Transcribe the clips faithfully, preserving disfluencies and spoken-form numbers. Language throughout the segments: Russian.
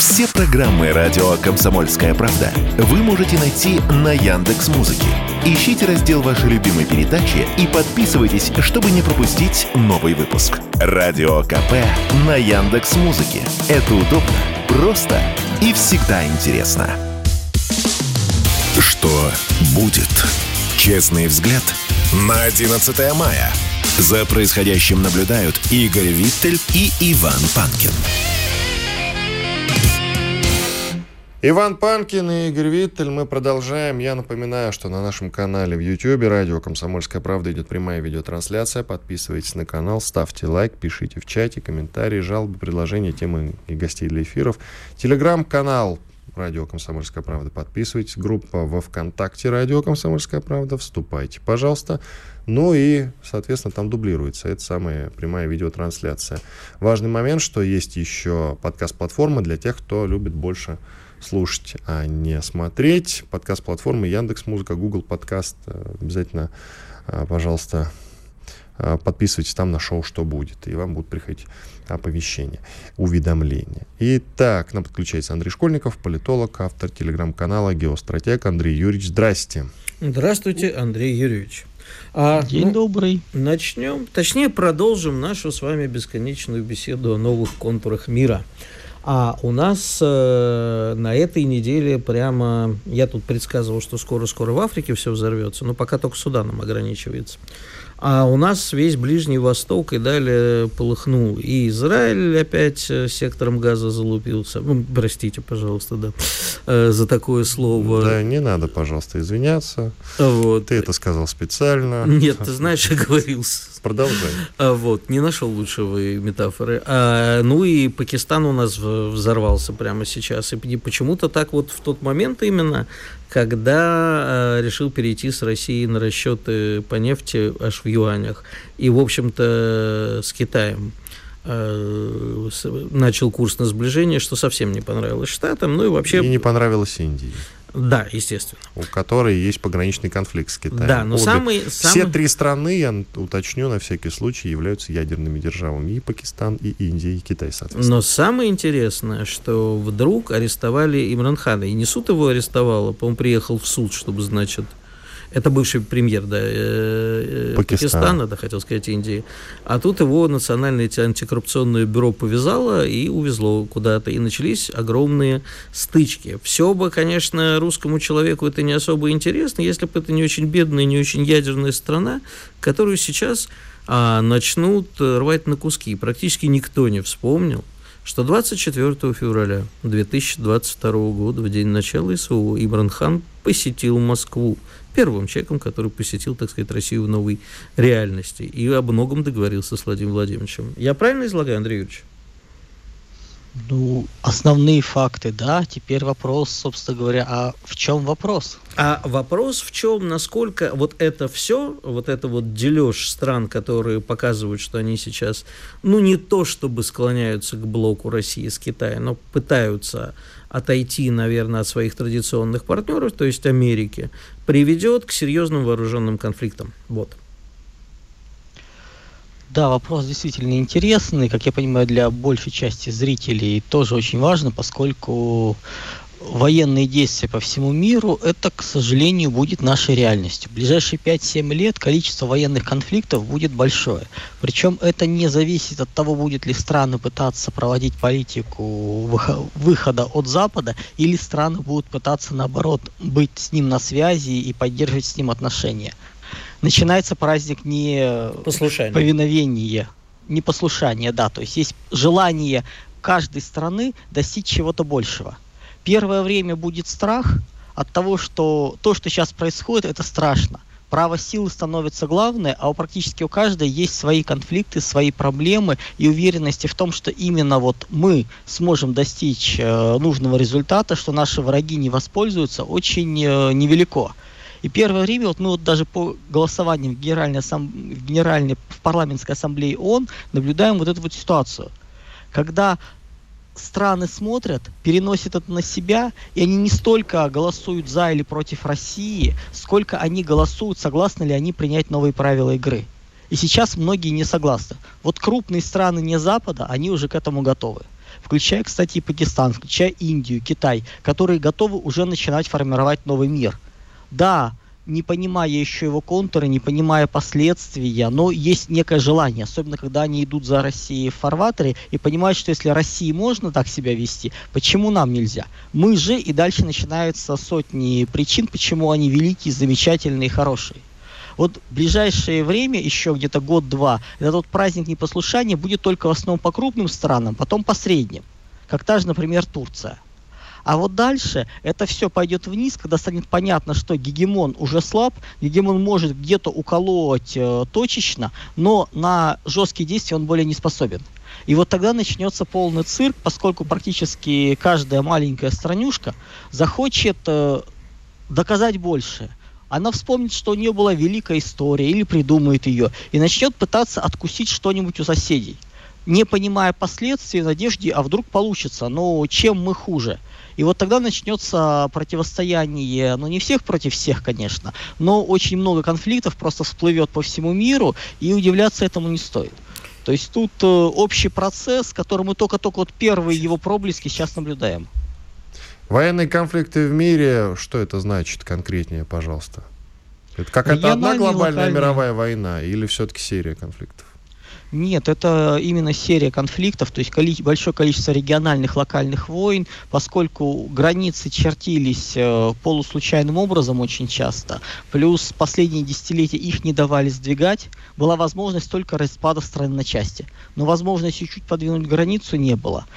Все программы радио «Комсомольская правда» вы можете найти на Яндекс.Музыке. Ищите раздел вашей любимой передачи и подписывайтесь, чтобы не пропустить новый выпуск. Радио КП на Яндекс.Музыке. Это удобно, просто и всегда интересно. Что будет? Честный взгляд на одиннадцатое мая. За происходящим наблюдают Игорь Виттель и Иван Панкин. Иван Панкин и Игорь Виттель. Мы продолжаем. Я напоминаю, что на нашем канале в Ютьюбе радио «Комсомольская правда» идет прямая видеотрансляция. Подписывайтесь на канал, ставьте лайк, пишите в чате комментарии, жалобы, предложения, темы и гостей для эфиров. Телеграм-канал радио «Комсомольская правда». Подписывайтесь. Группа во ВКонтакте радио «Комсомольская правда». Вступайте, пожалуйста. Ну и, соответственно, там дублируется эта самая прямая видеотрансляция. Важный момент, что есть еще подкаст-платформа для тех, кто любит больше слушать, а не смотреть. Подкаст-платформы Яндекс.Музыка, Google Подкаст. Обязательно, пожалуйста, подписывайтесь там на шоу «Что будет», и вам будут приходить оповещения, уведомления. Итак, к нам подключается Андрей Школьников, политолог, автор телеграм-канала «Геостратег». Андрей Юрьевич, здрасте. Здравствуйте, Андрей Юрьевич. А, День ну, добрый. Начнем, точнее, продолжим нашу с вами бесконечную беседу о новых контурах мира. А у нас э, на этой неделе прямо, я тут предсказывал, что скоро-скоро в Африке все взорвется, но пока только Суданом ограничивается. А у нас весь Ближний Восток и далее полыхнул. И Израиль опять сектором газа залупился. Ну, простите, пожалуйста, да, э, за такое слово. Да, не надо, пожалуйста, извиняться. Вот. Ты это сказал специально. Нет, ты знаешь, оговорился. Продолжай. А, вот, не нашел лучшего метафоры. А, ну и Пакистан у нас взорвался прямо сейчас. И почему-то так вот в тот момент именно, когда а, решил перейти с России на расчеты по нефти аж в юанях. И, в общем-то, с Китаем а, с, начал курс на сближение, что совсем не понравилось Штатам. Ну и вообще... И не понравилось Индии. Да, естественно. У которой есть пограничный конфликт с Китаем. Да, но Обе, самый, все самый... три страны, я уточню на всякий случай, являются ядерными державами. И Пакистан, и Индия, и Китай, соответственно. Но самое интересное, что вдруг арестовали Имран Хана. И не суд его арестовал, а, по-моему, приехал в суд, чтобы, значит... Это бывший премьер, да, э, Пакистана. Пакистана, да, хотел сказать, Индии. А тут его Национальное антикоррупционное бюро повязало и увезло куда-то. И начались огромные стычки. Все бы, конечно, русскому человеку это не особо интересно, если бы это не очень бедная, не очень ядерная страна, которую сейчас а, начнут рвать на куски. И практически никто не вспомнил, что двадцать четвёртого февраля две тысячи двадцать второго года, в день начала СВО, Имран Хан посетил Москву. Первым человеком, который посетил, так сказать, Россию в новой реальности. И о многом договорился с Владимиром Владимировичем. Я правильно излагаю, Андрей Юрьевич? Ну, основные факты, да. Теперь вопрос, собственно говоря, а в чем вопрос? А вопрос в чем, насколько вот это все, вот это вот дележ стран, которые показывают, что они сейчас, ну, не то чтобы склоняются к блоку России с Китаем, но пытаются отойти, наверное, от своих традиционных партнеров, то есть Америки, приведет к серьезным вооруженным конфликтам. Вот. Да, вопрос действительно интересный, как я понимаю, для большей части зрителей тоже очень важно, поскольку военные действия по всему миру, это, к сожалению, будет нашей реальностью. В ближайшие пять-семь лет количество военных конфликтов будет большое. Причем это не зависит от того, будет ли страны пытаться проводить политику выхода от Запада, или страны будут пытаться, наоборот, быть с ним на связи и поддерживать с ним отношения. Начинается праздник не повиновения, не послушания, да, то есть есть желание каждой страны достичь чего-то большего. Первое время будет страх от того, что то, что сейчас происходит, это страшно. Право силы становится главное, а у практически у каждой есть свои конфликты, свои проблемы и уверенности в том, что именно вот мы сможем достичь э, нужного результата, что наши враги не воспользуются, очень э, невелико. И первое время, вот мы вот даже по голосованию в Генеральной, ассам... в, Генеральной в парламентской ассамблее ООН наблюдаем вот эту вот ситуацию, когда страны смотрят, переносят это на себя, и они не столько голосуют за или против России, сколько они голосуют, согласны ли они принять новые правила игры. И сейчас многие не согласны. Вот крупные страны не Запада, они уже к этому готовы. включая, кстати, и Пакистан, включая Индию, Китай, которые готовы уже начинать формировать новый мир. Да, не понимая еще его контуры, не понимая последствия, но есть некое желание, особенно когда они идут за Россией в фарватере и понимают, что если России можно так себя вести, почему нам нельзя? Мы же, и дальше начинаются сотни причин, почему они великие, замечательные и хорошие. Вот в ближайшее время, еще где-то год-два, этот вот праздник непослушания будет только в основном по крупным странам, потом по средним, как та же, например, Турция. А вот дальше это все пойдет вниз, когда станет понятно, что гегемон уже слаб, гегемон может где-то уколоть э, точечно, но на жесткие действия он более не способен. И вот тогда начнется полный цирк, поскольку практически каждая маленькая странюшка захочет э, доказать больше. Она вспомнит, что у нее была великая история, или придумает ее, и начнет пытаться откусить что-нибудь у соседей, не понимая последствий, в надежде, а вдруг получится, но чем мы хуже. И вот тогда начнется противостояние, ну не всех против всех, конечно, но очень много конфликтов просто всплывет по всему миру, и удивляться этому не стоит. То есть тут э, общий процесс, который мы только-только вот первые его проблески сейчас наблюдаем. Военные конфликты в мире, что это значит конкретнее, пожалуйста? Это какая-то одна глобальная мировая война или все-таки серия конфликтов? Нет, это именно серия конфликтов, то есть коли- большое количество региональных, локальных войн, поскольку границы чертились э, полуслучайным образом очень часто, плюс последние десятилетия их не давали сдвигать, была возможность только распада страны на части, но возможности чуть подвинуть границу не было.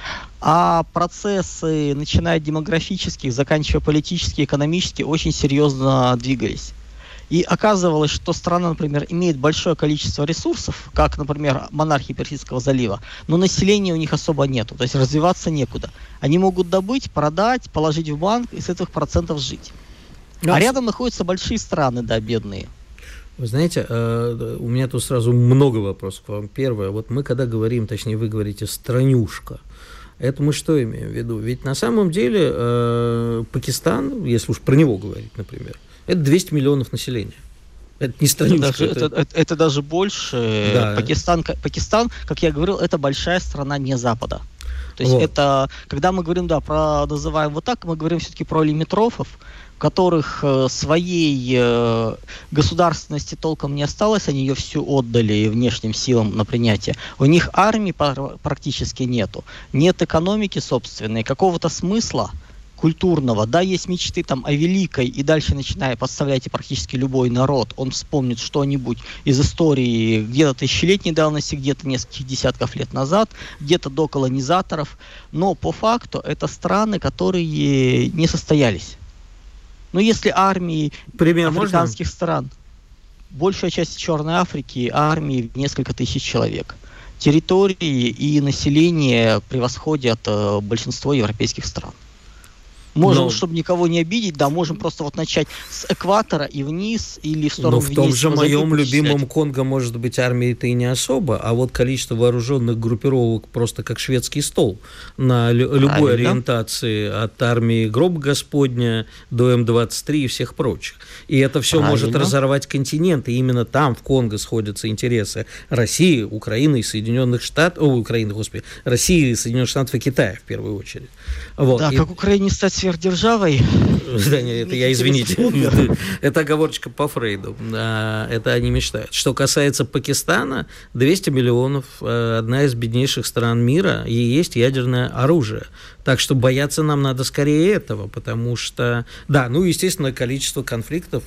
А процессы, начиная от демографических, заканчивая политические, экономические, очень серьезно двигались. И оказывалось, что страна, например, имеет большое количество ресурсов, как, например, монархии Персидского залива, но населения у них особо нету, то есть развиваться некуда. Они могут добыть, продать, положить в банк и с этих процентов жить. А рядом находятся большие страны, да, бедные. Вы знаете, у меня тут сразу много вопросов к вам. Первое, вот мы когда говорим, точнее вы говорите «странюшка», это мы что имеем в виду? Ведь на самом деле э, Пакистан, если уж про него говорить, например, это двести миллионов населения. Это не страничка. Это, это, это, это даже больше. Да. Пакистан, Пакистан, как я говорил, это большая страна не Запада. То есть вот. Это, когда мы говорим, да, про, называем вот так, мы говорим все-таки про лимитрофов, у которых э, своей э, государственности толком не осталось, они ее всю отдали внешним силам на принятие. У них армии практически нету, нет экономики собственной, какого-то смысла культурного, да, есть мечты там о великой, и дальше, начиная, подставляйте практически любой народ, он вспомнит что-нибудь из истории где-то тысячелетней давности, где-то нескольких десятков лет назад, где-то до колонизаторов, но по факту это страны, которые не состоялись. Но если армии Пример африканских можно? стран, большая часть Черной Африки, армии несколько тысяч человек, территории и население превосходят э, большинство европейских стран. Можем, Но... чтобы никого не обидеть, да, можем просто вот начать с экватора и вниз, или в сторону вниз. Но в том же моем любимом Конго, может быть, армии-то и не особо, а вот количество вооруженных группировок просто как шведский стол на лю- любой ориентации, от армии Гроба Господня до эм двадцать три и всех прочих. И это все Правильно. может разорвать континент, и именно там, в Конго, сходятся интересы России, Украины и Соединенных Штатов, о, Украины, господи, России, Соединенных Штатов и Китая, в первую очередь. Вот. Да, и... как Украине стать сверхдержавой. Да, нет, это я, извините. Это оговорочка по Фрейду. Это они мечтают. Что касается Пакистана, двести миллионов, одна из беднейших стран мира, и есть ядерное оружие. Так что бояться нам надо скорее этого, потому что, да, ну, естественно, количество конфликтов,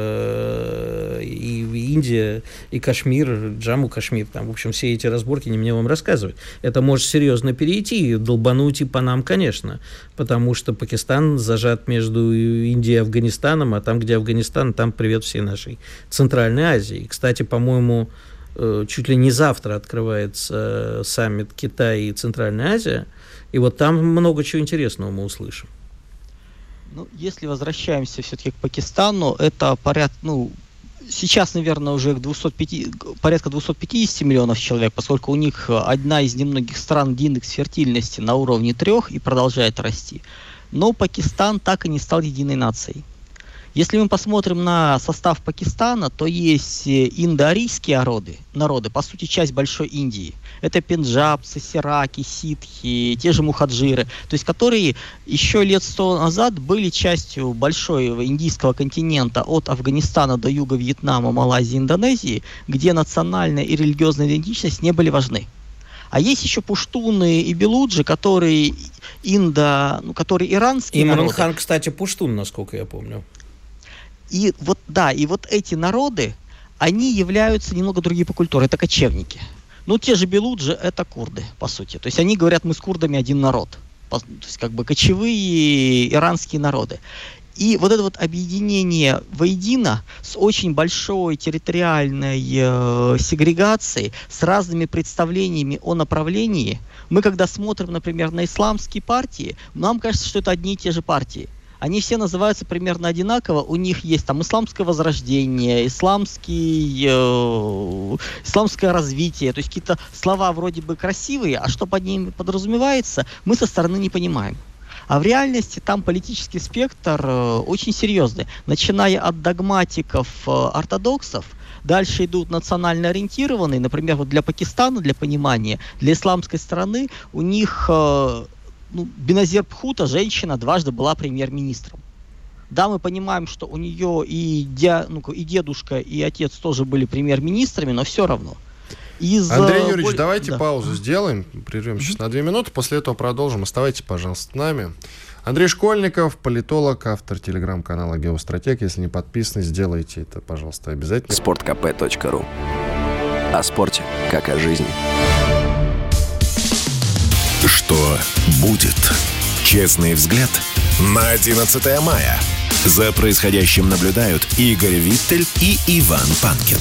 э, и Индия, и Кашмир, Джамму-Кашмир, там, в общем, все эти разборки не мне вам рассказывать. Это может серьезно перейти, долбануть и по нам, конечно, потому что Пакистан зажат между Индией и Афганистаном, а там, где Афганистан, там привет всей нашей Центральной Азии. Кстати, по-моему, э, чуть ли не завтра открывается саммит Китая и Центральная Азия, и вот там много чего интересного мы услышим. Ну, если возвращаемся все-таки к Пакистану, это порядка, ну, сейчас, наверное, уже к двухсот пяти, порядка двухсот пятидесяти миллионов человек, поскольку у них одна из немногих стран, где индекс фертильности на уровне трех и продолжает расти. Но Пакистан так и не стал единой нацией. Если мы посмотрим на состав Пакистана, то есть индоарийские народы, народы, по сути, часть Большой Индии. Это пенджабцы, сираки, ситхи, те же мухаджиры, то есть которые еще лет сто назад были частью большого индийского континента от Афганистана до юга Вьетнама, Малайзии, Индонезии, где национальная и религиозная идентичность не были важны. А есть еще пуштуны и белуджи, которые индо, ну, которые иранские Имран народы. Хан, кстати, пуштун, насколько я помню. И вот, да, и вот эти народы, они являются немного другие по культуре, это кочевники. Ну, те же белуджи, это курды, по сути. То есть они говорят, мы с курдами один народ. То есть как бы кочевые иранские народы. И вот это вот объединение воедино с очень большой территориальной э, сегрегацией, с разными представлениями о направлении. Мы когда смотрим, например, на исламские партии, нам кажется, что это одни и те же партии. Они все называются примерно одинаково. У них есть там исламское возрождение, исламский, э, исламское развитие. То есть какие-то слова вроде бы красивые, а что под ними подразумевается, мы со стороны не понимаем. А в реальности там политический спектр э, очень серьезный. Начиная от догматиков, э, ортодоксов, дальше идут национально ориентированные. Например, вот для Пакистана, для понимания, для исламской страны у них... Э, Ну, Беназир Бхутто, женщина, дважды была премьер-министром. Да, мы понимаем, что у нее и, дя, ну, и дедушка, и отец тоже были премьер-министрами, но все равно. Из, Андрей Юрьевич, боль... давайте да. паузу сделаем, прервем сейчас на две минуты, после этого продолжим. Оставайтесь, пожалуйста, с нами. Андрей Школьников, политолог, автор телеграм-канала «Геостратег». Если не подписаны, сделайте это, пожалуйста, обязательно. спорт кей пи точка ру. О спорте, как о жизни. Что будет? Честный взгляд на одиннадцатое мая. За происходящим наблюдают Игорь Виттель и Иван Панкин.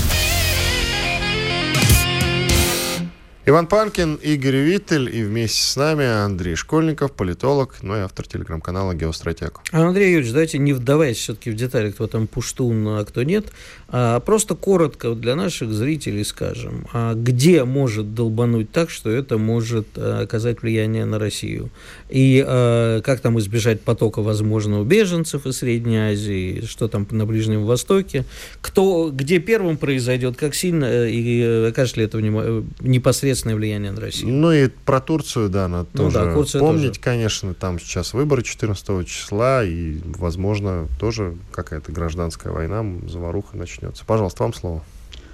Иван Панкин, Игорь Виттель и вместе с нами Андрей Школьников, политолог, ну и автор телеграм-канала «Геостратег». Андрей Юрьевич, давайте не вдаваясь все-таки в детали, кто там пуштун, а кто нет, а просто коротко для наших зрителей скажем, а где может долбануть так, что это может оказать влияние на Россию? И а, как там избежать потока возможного беженцев из Средней Азии, что там на Ближнем Востоке, кто, где первым произойдет, как сильно и окажет ли это непосредственно влияние на Россию. Ну и про Турцию, да, надо ну, тоже да, Турция помнить, тоже. Конечно, там сейчас выборы четырнадцатого числа, и, возможно, тоже какая-то гражданская война, заваруха начнется. Пожалуйста, вам слово.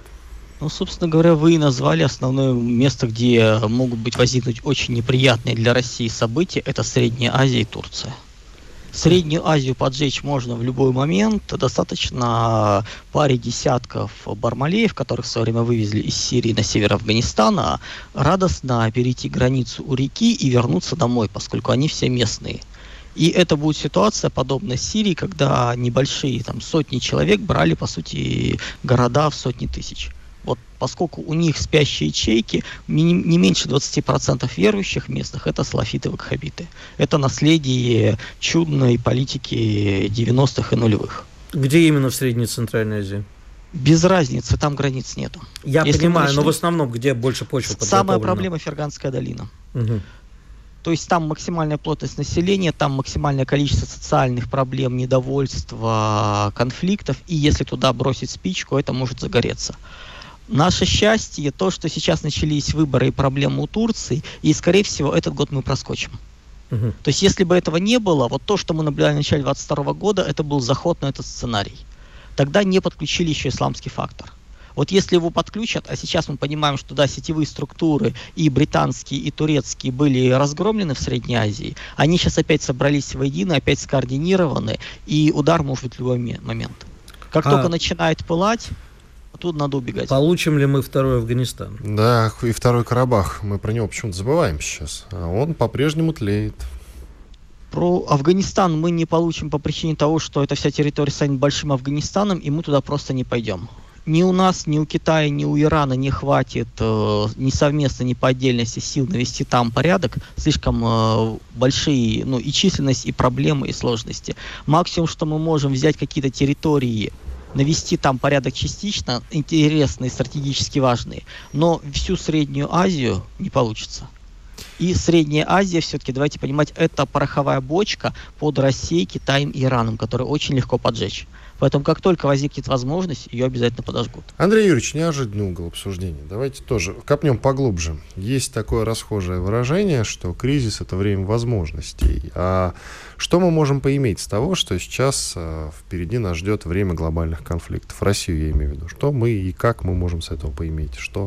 Ну, собственно говоря, вы назвали основное место, где могут быть возникнуть очень неприятные для России события, это Средняя Азия и Турция. Среднюю Азию поджечь можно в любой момент. Достаточно паре десятков бармалеев, которых в свое время вывезли из Сирии на север Афганистана, радостно перейти границу у реки и вернуться домой, поскольку они все местные. И это будет ситуация, подобная Сирии, когда небольшие там, сотни человек брали, по сути, города в сотни тысяч. Вот поскольку у них спящие ячейки, не, не меньше двадцать процентов верующих местных, это салафиты и ваххабиты. Это наследие чудной политики девяностых и нулевых. Где именно в Средней и Центральной Азии? Без разницы, там границ нету. Я Если понимаю, начнем... но в основном где больше почвы подготовлено? Самая проблема — Ферганская долина. Угу. То есть там максимальная плотность населения, там максимальное количество социальных проблем, недовольства, конфликтов. И если туда бросить спичку, это может загореться. Наше счастье то, что сейчас начались выборы и проблемы у Турции, и, скорее всего, этот год мы проскочим. Uh-huh. То есть, если бы этого не было, вот то, что мы наблюдали в начале двадцать второго года, это был заход на этот сценарий. Тогда не подключили еще исламский фактор. Вот если его подключат, а сейчас мы понимаем, что да, сетевые структуры и британские, и турецкие были разгромлены в Средней Азии, они сейчас опять собрались воедино, опять скоординированы, и удар может быть в любой момент. Как а... только начинает пылать, тут надо убегать. Получим ли мы второй Афганистан? Да, и второй Карабах. Мы про него почему-то забываем сейчас. А он по-прежнему тлеет. Про Афганистан мы не получим по причине того, что эта вся территория станет большим Афганистаном, и мы туда просто не пойдем. Ни у нас, ни у Китая, ни у Ирана не хватит э, ни совместно, ни по отдельности сил навести там порядок. Слишком э, большие, ну, и численность, и проблемы, и сложности. Максимум, что мы можем взять какие-то территории, навести там порядок частично, интересные, стратегически важные, но всю Среднюю Азию не получится. И Средняя Азия, все-таки, давайте понимать, это пороховая бочка под Россией, Китаем и Ираном, которую очень легко поджечь. Поэтому, как только возникнет возможность, ее обязательно подожгут. Андрей Юрьевич, неожиданный угол обсуждения. Давайте тоже копнем поглубже. Есть такое расхожее выражение, что кризис — это время возможностей. А что мы можем поиметь с того, что сейчас э, впереди нас ждет время глобальных конфликтов? Россию я имею в виду. Что мы и как мы можем с этого поиметь? Что...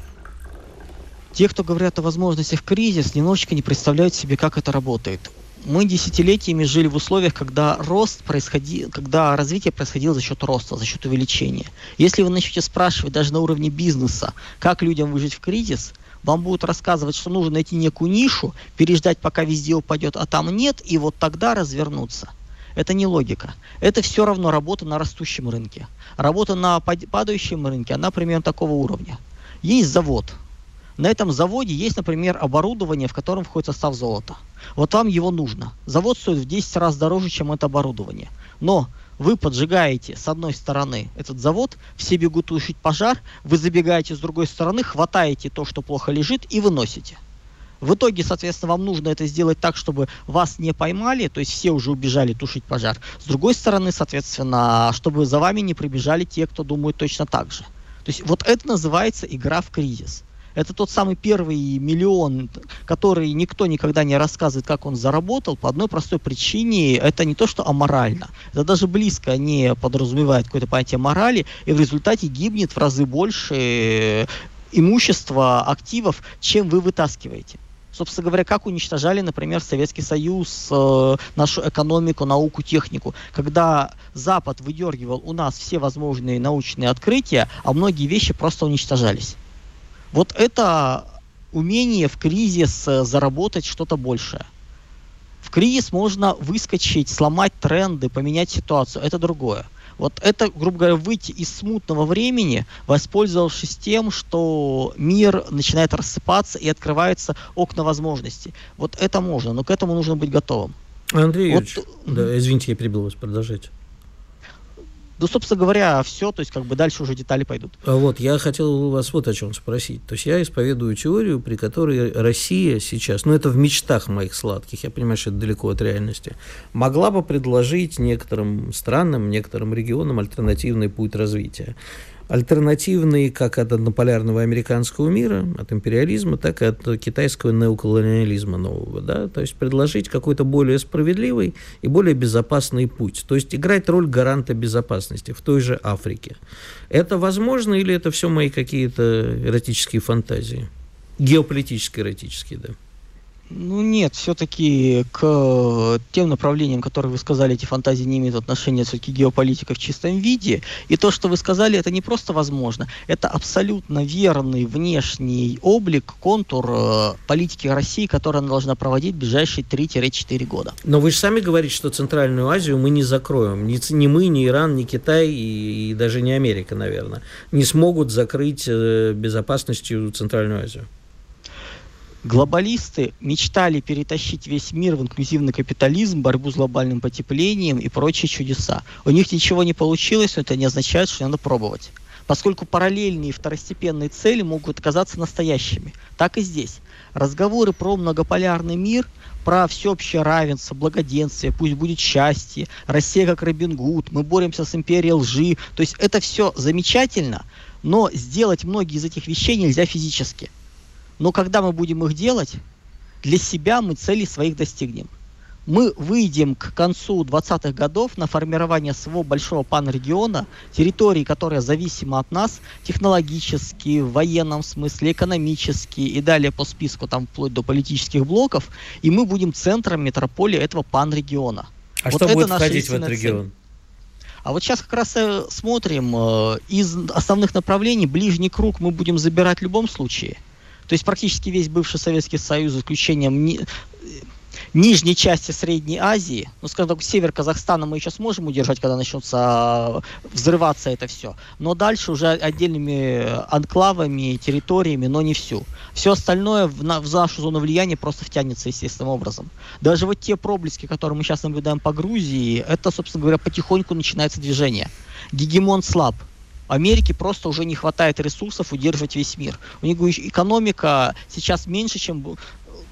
Те, кто говорят о возможностях кризис, немножечко не представляют себе, как это работает. Мы десятилетиями жили в условиях, когда рост происходил, когда развитие происходило за счет роста, за счет увеличения. Если вы начнете спрашивать даже на уровне бизнеса, как людям выжить в кризис, вам будут рассказывать, что нужно найти некую нишу, переждать, пока везде упадет, а там нет, и вот тогда развернуться. Это не логика. Это все равно работа на растущем рынке. Работа на падающем рынке, она примерно такого уровня. Есть завод. На этом заводе есть, например, оборудование, в котором входит состав золота. Вот вам его нужно. Завод стоит в десять раз дороже, чем это оборудование. Но вы поджигаете с одной стороны этот завод, все бегут тушить пожар, вы забегаете с другой стороны, хватаете то, что плохо лежит, и выносите. В итоге, соответственно, вам нужно это сделать так, чтобы вас не поймали, то есть все уже убежали тушить пожар. С другой стороны, соответственно, чтобы за вами не прибежали те, кто думают точно так же. То есть вот это называется игра в кризис. Это тот самый первый миллион, который никто никогда не рассказывает, как он заработал, по одной простой причине. Это не то, что аморально. Это даже близко не подразумевает какое-то понятие морали, и в результате гибнет в разы больше имущества, активов, чем вы вытаскиваете. Собственно говоря, как уничтожали, например, Советский Союз, э, нашу экономику, науку, технику. Когда Запад выдергивал у нас все возможные научные открытия, а многие вещи просто уничтожались. Вот это умение в кризис заработать что-то большее. В кризис можно выскочить, сломать тренды, поменять ситуацию. Это другое. Вот это, грубо говоря, выйти из смутного времени, воспользовавшись тем, что мир начинает рассыпаться и открываются окна возможностей. Вот это можно, но к этому нужно быть готовым. Андрей вот, Юрьевич, да, извините, я перебил вас, продолжайте. Да, собственно говоря, все, то есть как бы дальше уже детали пойдут. Вот, я хотел вас вот о чем спросить. То есть я исповедую теорию, при которой Россия сейчас, ну это в мечтах моих сладких, я понимаю, что это далеко от реальности, могла бы предложить некоторым странам, некоторым регионам альтернативный путь развития. Альтернативный как от однополярного американского мира, от империализма, так и от китайского неоколониализма нового. Да? То есть предложить какой-то более справедливый и более безопасный путь. То есть играть роль гаранта безопасности в той же Африке. Это возможно или это все мои какие-то эротические фантазии? Геополитические эротические, да. Ну нет, все-таки к тем направлениям, которые вы сказали, эти фантазии не имеют отношения все-таки к геополитике в чистом виде. И то, что вы сказали, это не просто возможно, это абсолютно верный внешний облик, контур э, политики России, которую она должна проводить в ближайшие три-четыре года. Но вы же сами говорите, что Центральную Азию мы не закроем. Ни, ни мы, ни Иран, ни Китай и, и даже не Америка, наверное, не смогут закрыть э, безопасностью Центральную Азию. Глобалисты мечтали перетащить весь мир в инклюзивный капитализм, борьбу с глобальным потеплением и прочие чудеса. У них ничего не получилось, но это не означает, что надо пробовать. Поскольку параллельные и второстепенные цели могут оказаться настоящими. Так и здесь. Разговоры про многополярный мир, про всеобщее равенство, благоденствие, пусть будет счастье, Россия как Робин Гуд, мы боремся с империей лжи. То есть это все замечательно, но сделать многие из этих вещей нельзя физически. Но когда мы будем их делать, для себя мы цели своих достигнем. Мы выйдем к концу двадцатых годов на формирование своего большого панрегиона, территории, которая зависима от нас технологически, в военном смысле, экономически и далее по списку, там вплоть до политических блоков, и мы будем центром метрополии этого панрегиона. А вот что будет входить в этот регион? Цель. А вот сейчас как раз э, смотрим, э, из основных направлений ближний круг мы будем забирать в любом случае. То есть практически весь бывший Советский Союз, за исключением ни, нижней части Средней Азии, ну, скажем так, север Казахстана мы еще сможем удержать, когда начнется взрываться это все. Но дальше уже отдельными анклавами, территориями, но не всю. Все остальное в, на, в нашу зону влияния просто втянется естественным образом. Даже вот те проблески, которые мы сейчас наблюдаем по Грузии, это, собственно говоря, потихоньку начинается движение. Гегемон слаб. Америке просто уже не хватает ресурсов удерживать весь мир. У них экономика сейчас меньше, чем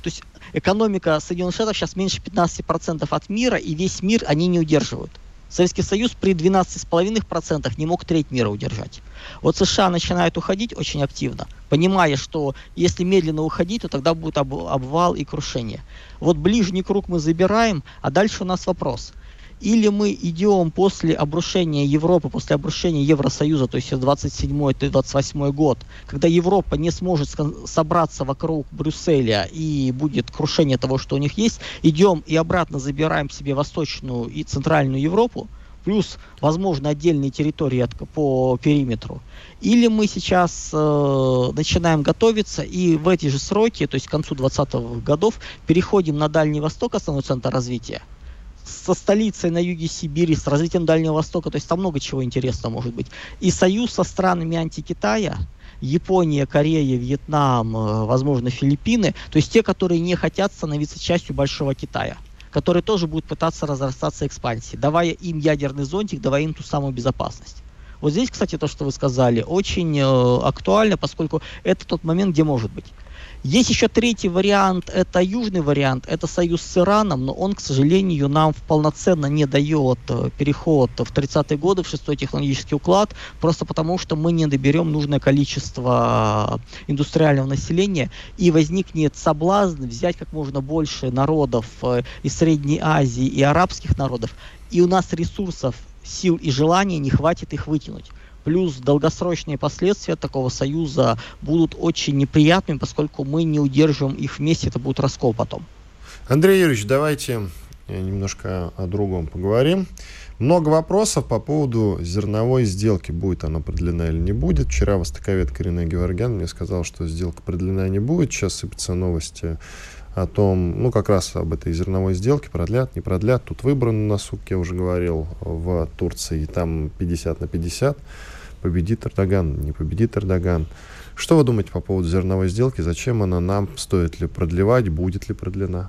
То есть экономика Соединенных Штатов сейчас меньше пятнадцать процентов от мира, и весь мир они не удерживают. Советский Союз при двенадцати целых пяти десятых процента не мог треть мира удержать. Вот США начинают уходить очень активно, понимая, что если медленно уходить, то тогда будет об, обвал и крушение. Вот ближний круг мы забираем, а дальше у нас вопрос. Или мы идем после обрушения Европы, после обрушения Евросоюза, то есть двадцать седьмой - двадцать восьмой год, когда Европа не сможет собраться вокруг Брюсселя и будет крушение того, что у них есть, идем и обратно забираем себе Восточную и Центральную Европу, плюс, возможно, отдельные территории от, по периметру. Или мы сейчас э, начинаем готовиться и в эти же сроки, то есть к концу двадцатых годов, переходим на Дальний Восток, основной центр развития, со столицей на юге Сибири, с развитием Дальнего Востока, то есть там много чего интересного может быть. И союз со странами анти-Китая, Япония, Корея, Вьетнам, возможно, Филиппины, то есть те, которые не хотят становиться частью Большого Китая, которые тоже будут пытаться разрастаться экспансией, давая им ядерный зонтик, давая им ту самую безопасность. Вот здесь, кстати, то, что вы сказали, очень э, актуально, поскольку это тот момент, где может быть. Есть еще третий вариант, это южный вариант, это союз с Ираном, но он, к сожалению, нам полноценно не дает переход в тридцатые годы, в шестой технологический уклад, просто потому что мы не доберем нужное количество индустриального населения, и возникнет соблазн взять как можно больше народов из Средней Азии и арабских народов, и у нас ресурсов, сил и желания не хватит их вытянуть. Плюс долгосрочные последствия такого союза будут очень неприятными, поскольку мы не удержим их вместе, это будет раскол потом. Андрей Юрьевич, давайте немножко о другом поговорим. Много вопросов по поводу зерновой сделки. Будет она продлена или не будет. Вчера востоковед Карина Геворгян мне сказал, что сделка продлена не будет. Сейчас сыпятся новости о том, ну, как раз об этой зерновой сделке, продлят, не продлят. Тут выборы на носу, как я уже говорил, в Турции, там пятьдесят на пятьдесят. Победит Эрдоган, не победит Эрдоган. Что вы думаете по поводу зерновой сделки? Зачем она нам? Стоит ли продлевать? Будет ли продлена?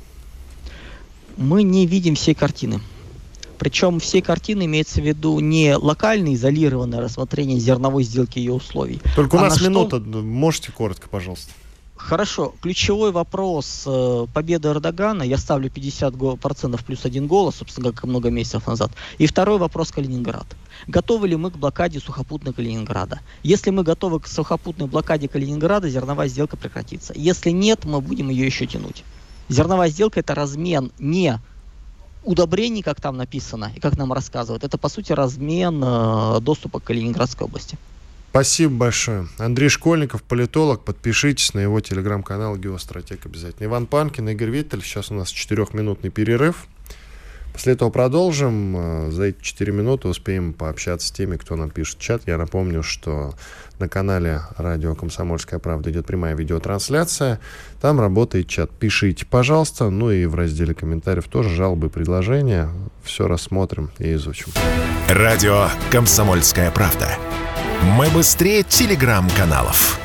Мы не видим всей картины. Причем всей картины имеется в виду не локальное изолированное рассмотрение зерновой сделки и ее условий. Только у а нас что... минута. Можете коротко, пожалуйста? Хорошо. Ключевой вопрос э, победы Эрдогана. Я ставлю пятьдесят процентов плюс один голос, собственно, как много месяцев назад. И второй вопрос — Калининград. Готовы ли мы к блокаде сухопутной Калининграда? Если мы готовы к сухопутной блокаде Калининграда, зерновая сделка прекратится. Если нет, мы будем ее еще тянуть. Зерновая сделка — это размен не удобрений, как там написано и как нам рассказывают. Это, по сути, размен э, доступа к Калининградской области. Спасибо большое. Андрей Школьников, политолог. Подпишитесь на его телеграм-канал «Геостратег» обязательно. Иван Панкин, Игорь Виттель. Сейчас у нас четырехминутный перерыв. После этого продолжим. За эти четыре минуты успеем пообщаться с теми, кто нам пишет в чат. Я напомню, что на канале радио «Комсомольская правда» идет прямая видеотрансляция. Там работает чат. Пишите, пожалуйста. Ну и в разделе комментариев тоже жалобы и предложения. Все рассмотрим и изучим. Радио «Комсомольская правда». Мы быстрее телеграм-каналов.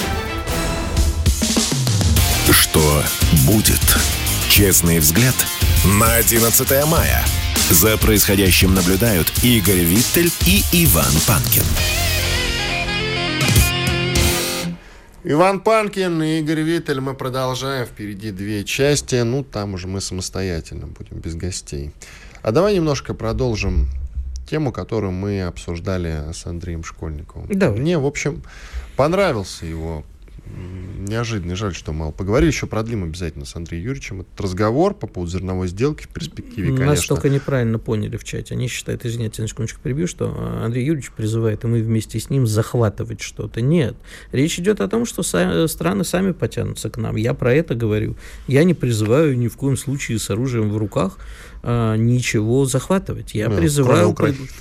Что будет? Честный взгляд на одиннадцатое мая. За происходящим наблюдают Игорь Виттель и Иван Панкин. Иван Панкин и Игорь Виттель. Мы продолжаем. Впереди две части. Ну, там уже мы самостоятельно будем, без гостей. А давай немножко продолжим тему, которую мы обсуждали с Андреем Школьниковым. Давай. Мне, в общем, понравился его неожиданный. Жаль, что мало поговорили. Еще продлим обязательно с Андреем Юрьевичем этот разговор по поводу зерновой сделки в перспективе, конечно. Нас только неправильно поняли в чате. Они считают, извините, на секундочку перебью, что Андрей Юрьевич призывает, и мы вместе с ним захватывать что-то. Нет. Речь идет о том, что са- страны сами потянутся к нам. Я про это говорю. Я не призываю ни в коем случае с оружием в руках а, ничего захватывать. Я ну, призываю...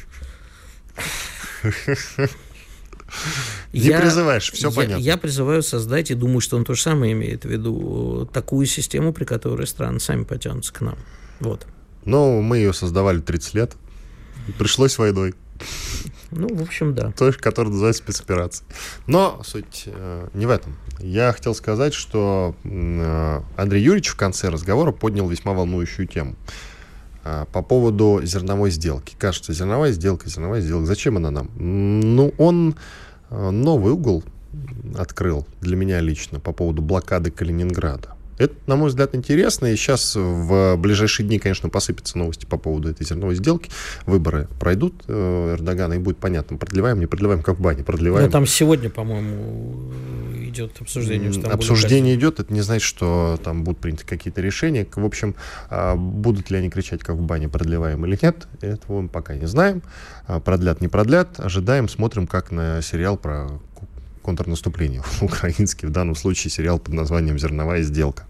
Не я, призываешь, все я, понятно. Я призываю создать, и думаю, что он то же самое имеет в виду, такую систему, при которой страны сами потянутся к нам. Вот. Ну, мы ее создавали тридцать лет. Пришлось войной. Ну, в общем, да. Той, которая называется спецоперацией. Но суть э, не в этом. Я хотел сказать, что э, Андрей Юрьевич в конце разговора поднял весьма волнующую тему. Э, по поводу зерновой сделки. Кажется, зерновая сделка, зерновая сделка. Зачем она нам? Ну, он э, новый угол открыл для меня лично по поводу блокады Калининграда. Это, на мой взгляд, интересно, и сейчас в ближайшие дни, конечно, посыпятся новости по поводу этой зерновой сделки. Выборы пройдут э, Эрдогана, и будет понятно, продлеваем, не продлеваем, как в бане, продлеваем. Но там сегодня, по-моему, идет обсуждение. Что там обсуждение идет, это не значит, что там будут приняты какие-то решения. В общем, э, будут ли они кричать, как в бане, продлеваем или нет, этого мы пока не знаем. Продлят, не продлят, ожидаем, смотрим, как на сериал про контрнаступление украинский, в данном случае сериал под названием «Зерновая сделка».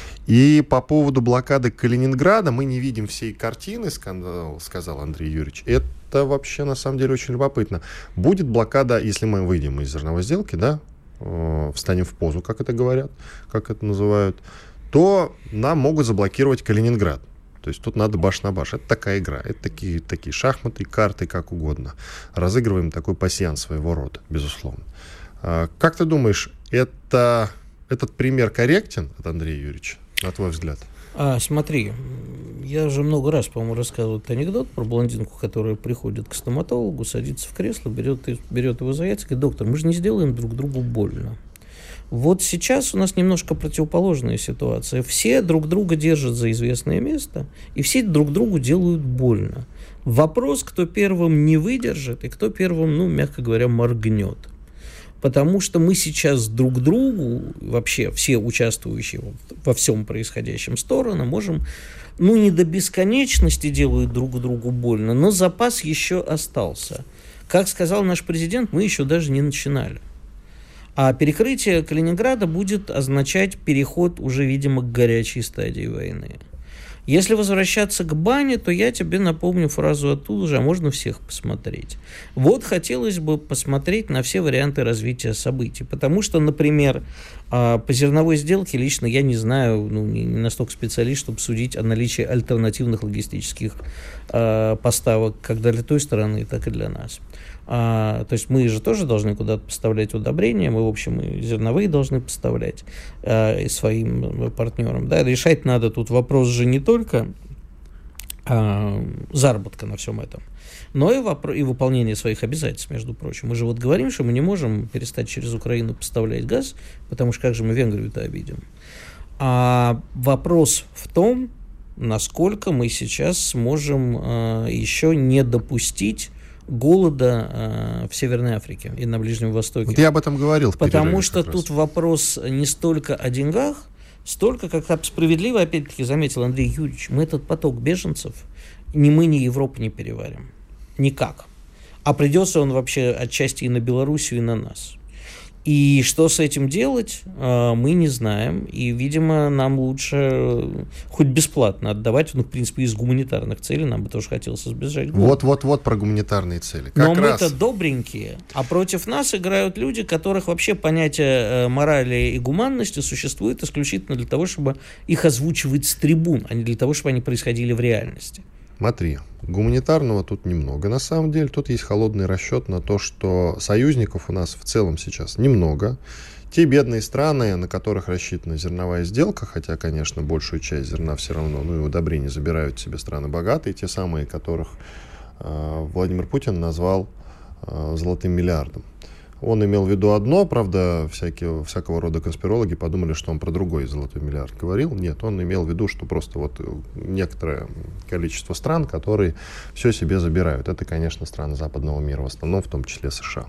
И по поводу блокады Калининграда мы не видим всей картины, сказал Андрей Юрьевич. Это вообще, на самом деле, очень любопытно. Будет блокада, если мы выйдем из зерновой сделки, да, встанем в позу, как это говорят, как это называют, то нам могут заблокировать Калининград. То есть тут надо баш на баш. Это такая игра. Это такие, такие шахматы, карты, как угодно. Разыгрываем такой пасьянс своего рода, безусловно. Как ты думаешь, это, этот пример корректен от Андрея Юрьевича, на твой взгляд? А, смотри, я уже много раз, по-моему, рассказывал этот анекдот про блондинку, которая приходит к стоматологу, садится в кресло, берет, берет его за яйца и говорит: доктор, мы же не сделаем друг другу больно. Вот сейчас у нас немножко противоположная ситуация. Все друг друга держат за известное место, и все друг другу делают больно. Вопрос, кто первым не выдержит, и кто первым, ну, мягко говоря, моргнет. Потому что мы сейчас друг другу, вообще все участвующие во всем происходящем стороны, можем, ну, не до бесконечности делают друг другу больно, но запас еще остался. Как сказал наш президент, мы еще даже не начинали. А перекрытие Калининграда будет означать переход уже, видимо, к горячей стадии войны. Если возвращаться к бане, то я тебе напомню фразу оттуда же, а можно всех посмотреть. Вот хотелось бы посмотреть на все варианты развития событий, потому что, например, по зерновой сделке лично я не знаю, ну, не настолько специалист, чтобы судить о наличии альтернативных логистических поставок как для той стороны, так и для нас. А, то есть мы же тоже должны куда-то поставлять удобрения, мы, в общем, и зерновые должны поставлять а, и своим партнерам. Да? Решать надо тут вопрос же не только а, заработка на всем этом, но и, вопро- и выполнение своих обязательств, между прочим. Мы же вот говорим, что мы не можем перестать через Украину поставлять газ, потому что как же мы Венгрию-то обидим. А вопрос в том, насколько мы сейчас сможем а, еще не допустить голода э, в Северной Африке и на Ближнем Востоке. Вот я об этом говорил в перерыве. Потому что тут вопрос не столько о деньгах, столько, как справедливо, опять-таки, заметил Андрей Юрьевич, мы этот поток беженцев ни мы, ни Европа не переварим. Никак. А придется он вообще отчасти и на Белоруссию, и на нас. И что с этим делать, мы не знаем. И, видимо, нам лучше хоть бесплатно отдавать. Ну, в принципе, из гуманитарных целей нам бы тоже хотелось избежать голода. Вот-вот-вот про гуманитарные цели. Как Но раз... мы-то добренькие, а против нас играют люди, которых вообще понятие морали и гуманности существует исключительно для того, чтобы их озвучивать с трибун, а не для того, чтобы они происходили в реальности. Смотри, гуманитарного тут немного. На самом деле, тут есть холодный расчет на то, что союзников у нас в целом сейчас немного. Те бедные страны, на которых рассчитана зерновая сделка, хотя, конечно, большую часть зерна все равно, ну и удобрений забирают себе страны богатые, те самые, которых э, Владимир Путин назвал э, золотым миллиардом. Он имел в виду одно, правда, всякие, всякого рода конспирологи подумали, что он про другой золотой миллиард говорил. Нет, он имел в виду, что просто вот некоторое количество стран, которые все себе забирают. Это, конечно, страны западного мира, в основном, в том числе США.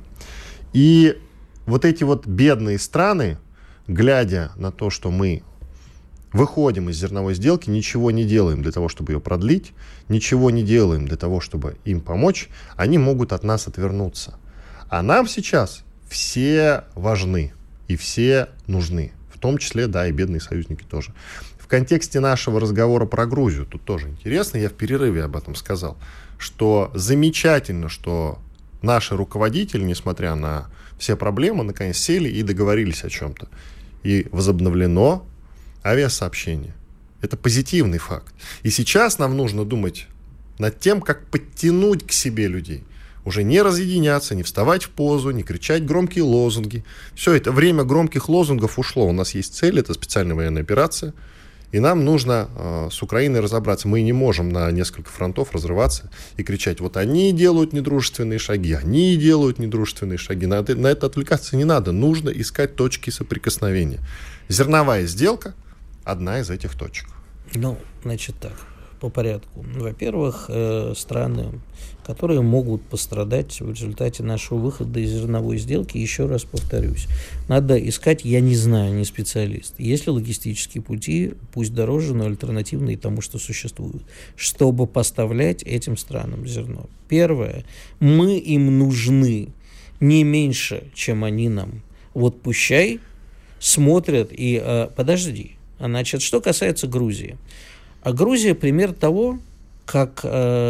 И вот эти вот бедные страны, глядя на то, что мы выходим из зерновой сделки, ничего не делаем для того, чтобы ее продлить, ничего не делаем для того, чтобы им помочь, они могут от нас отвернуться. А нам сейчас все важны и все нужны. В том числе, да, и бедные союзники тоже. В контексте нашего разговора про Грузию, тут тоже интересно, я в перерыве об этом сказал, что замечательно, что наши руководители, несмотря на все проблемы, наконец сели и договорились о чем-то. И возобновлено авиасообщение. Это позитивный факт. И сейчас нам нужно думать над тем, как подтянуть к себе людей. Уже не разъединяться, не вставать в позу, не кричать громкие лозунги. Все это время громких лозунгов ушло. У нас есть цель, это специальная военная операция. И нам нужно э, с Украиной разобраться. Мы не можем на несколько фронтов разрываться и кричать, вот они делают недружественные шаги, они делают недружественные шаги. На это, на это отвлекаться не надо. Нужно искать точки соприкосновения. Зерновая сделка одна из этих точек? Ну, значит так, по порядку. Во-первых, э, страны, которые могут пострадать в результате нашего выхода из зерновой сделки, еще раз повторюсь, надо искать, я не знаю, не специалист, есть ли логистические пути, пусть дороже, но альтернативные тому, что существуют, чтобы поставлять этим странам зерно. Первое, мы им нужны не меньше, чем они нам. Вот пущай смотрят и... Э, подожди. Значит, что касается Грузии. А Грузия пример того, как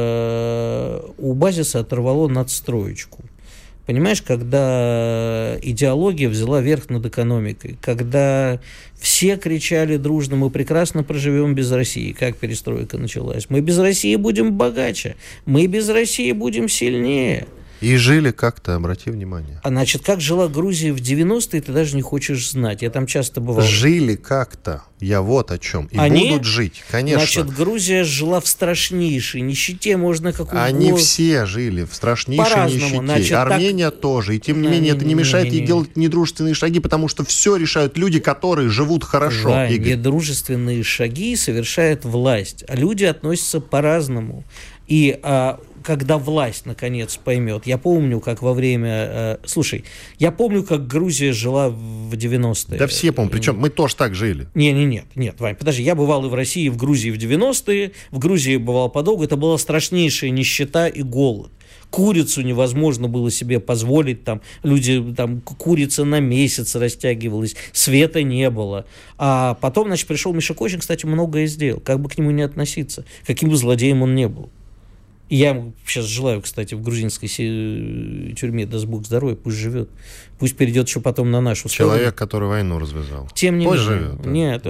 э, у базиса оторвало надстроечку. Понимаешь, когда идеология взяла верх над экономикой, когда все кричали дружно: мы прекрасно проживем без России. Как перестройка началась? Мы без России будем богаче, мы без России будем сильнее. И жили как-то, обрати внимание. А значит, как жила Грузия в девяностые, ты даже не хочешь знать. Я там часто бывал. Жили как-то. Я вот о чем. И Они? будут жить, конечно. Значит, Грузия жила в страшнейшей нищете, можно как угодно. Они все жили в страшнейшей По-разному. нищете. Значит, Армения так... тоже. И тем не не, менее не, это не не, мешает не, не, ей не. делать недружественные шаги, потому что все решают люди, которые живут хорошо. Да, Игорь. недружественные шаги совершает власть. А люди относятся по-разному. И а, когда власть, наконец, поймет. Я помню, как во время... Э, слушай, я помню, как Грузия жила в девяностые. Да все помнят. Причем мы тоже так жили. Не, не, нет, нет, Вань, подожди. Я бывал и в России, и в Грузии в девяностые. В Грузии бывал подолгу. Это была страшнейшая нищета и голод. Курицу невозможно было себе позволить, там люди, там курица на месяц растягивалась, света не было. А потом, значит, пришел Мишекочин, кстати, многое сделал, как бы к нему не относиться, каким бы злодеем он ни был. И я ему сейчас желаю, кстати, в грузинской тюрьме, даст Бог здоровья, пусть живет. Пусть перейдет еще потом на нашу сторону. Человек, который войну развязал. Тем не пусть менее. живет. Да. Нет,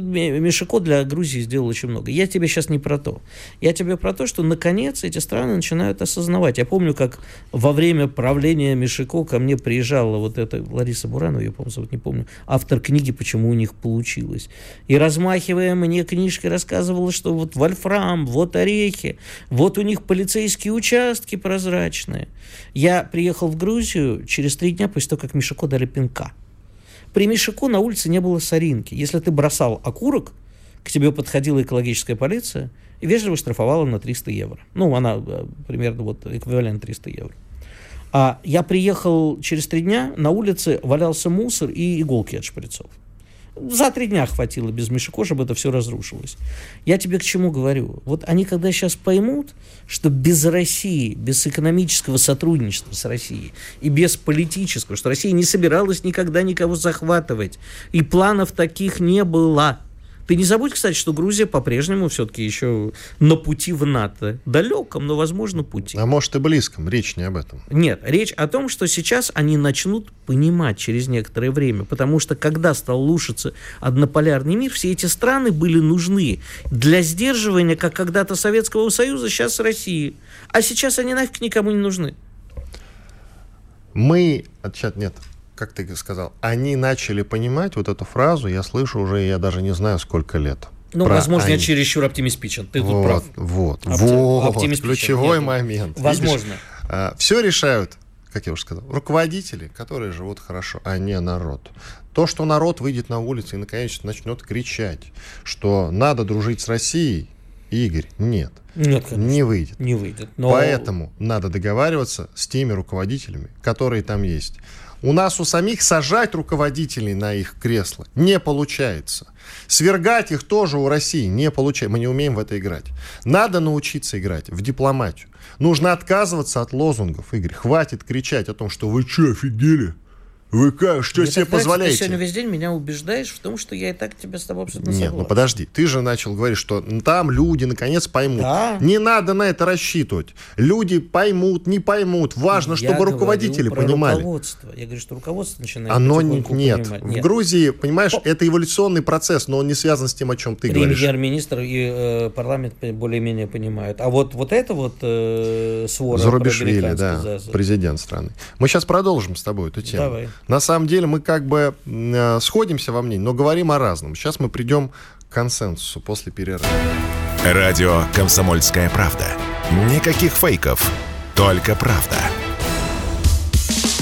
Мишеко для Грузии сделал очень много. Я тебе сейчас не про то. Я тебе про то, что, наконец, эти страны начинают осознавать. Я помню, как во время правления Мишеко ко мне приезжала вот эта Лариса Буранова, я, помню, зовут, не помню, автор книги «Почему у них получилось». И, размахивая мне книжкой, рассказывала, что вот вольфрам, вот орехи, вот у них полицейские участки прозрачные. Я приехал в Грузию через три дня после того, как Мишеко дали пинка. При Мишеко на улице не было соринки. Если ты бросал окурок, к тебе подходила экологическая полиция и вежливо штрафовала на триста евро. Ну, она примерно вот эквивалент триста евро. А я приехал через три дня, на улице валялся мусор и иголки от шприцов. За три дня хватило без Мишеко, чтобы это все разрушилось. Я тебе к чему говорю? Вот они когда сейчас поймут, что без России, без экономического сотрудничества с Россией и без политического, что Россия не собиралась никогда никого захватывать, и планов таких не было. Ты не забудь, кстати, что Грузия по-прежнему все-таки еще на пути в НАТО. Далеком, но, возможно, пути. А может и близком. Речь не об этом. Нет, речь о том, что сейчас они начнут понимать через некоторое время. Потому что, когда стал рушиться однополярный мир, все эти страны были нужны для сдерживания, как когда-то Советского Союза, сейчас России. А сейчас они нафиг никому не нужны. Мы... Отчет нет. Как ты сказал, они начали понимать вот эту фразу, я слышу уже, я даже не знаю, сколько лет. Ну, Про возможно, они. я чересчур оптимистичен. Ты вот, тут прав. Вот, Опти... вот, оптимистичен. ключевой Нет, момент. Возможно. А, все решают, как я уже сказал, руководители, которые живут хорошо, а не народ. То, что народ выйдет на улицу и, наконец, начнет кричать, что надо дружить с Россией, Игорь, нет, Нет, конечно, не выйдет. Не выйдет. Но... Поэтому надо договариваться с теми руководителями, которые там есть. У нас у самих сажать руководителей на их кресла не получается. Свергать их тоже у России не получается. Мы не умеем в это играть. Надо научиться играть в дипломатию. Нужно отказываться от лозунгов, Игорь. Хватит кричать о том, что вы что, офигели? Вы как, что Мне себе так нравится, позволяете? Ты сегодня весь день меня убеждаешь в том, что я и так тебе с тобой абсолютно Нет, согласен. ну подожди, ты же начал говорить, что там люди наконец поймут. Да. Не надо на это рассчитывать. Люди поймут, не поймут. Важно, Я чтобы руководители про понимали. Руководство. Я говорю, что руководство начинает Оно потихоньку нет. понимать. В Нет. Грузии, понимаешь, По- это эволюционный процесс, но он не связан с тем, о чем ты говоришь. Премьер-министр и э, парламент более-менее понимают. А вот, вот это вот э, свора Зурабишвили, да, про американский президент страны. Мы сейчас продолжим с тобой эту тему. Давай. На самом деле мы как бы э, сходимся во мнении, но говорим о разном. Сейчас мы придем к консенсусу после перерыва. Радио «Комсомольская правда». Никаких фейков, только правда.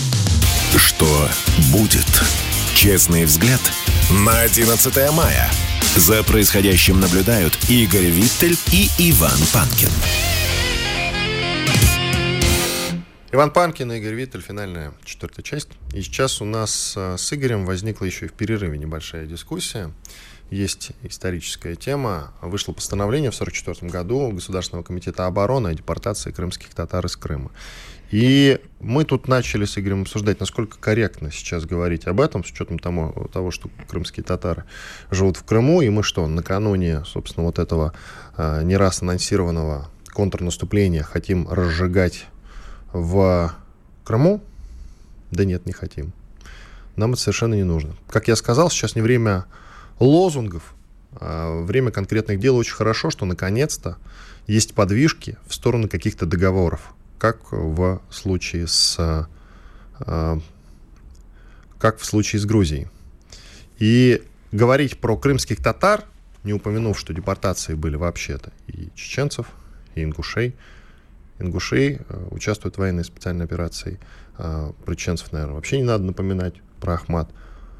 Что будет? Честный взгляд на одиннадцатое мая. За происходящим наблюдают Игорь Виттель и Иван Панкин. Иван Панкин и Игорь Виттель, финальная четвертая часть. И сейчас у нас с Игорем возникла еще и в перерыве небольшая дискуссия. Есть историческая тема. Вышло постановление в сорок четвёртом году Государственного комитета обороны о депортации крымских татар из Крыма. И мы тут начали с Игорем обсуждать, насколько корректно сейчас говорить об этом, с учетом того, того, что крымские татары живут в Крыму, и мы что, накануне, собственно, вот этого э, не раз анонсированного контрнаступления хотим разжигать в Крыму? Да нет, не хотим. Нам это совершенно не нужно. Как я сказал, сейчас не время лозунгов, а время конкретных дел. Очень хорошо, что наконец-то есть подвижки в сторону каких-то договоров, как в случае с, как в случае с Грузией. И говорить про крымских татар, не упомянув, что депортации были вообще-то и чеченцев, и ингушей. Ингушей участвуют в военной специальной операции. Про чеченцев, наверное, вообще не надо напоминать, про Ахмат.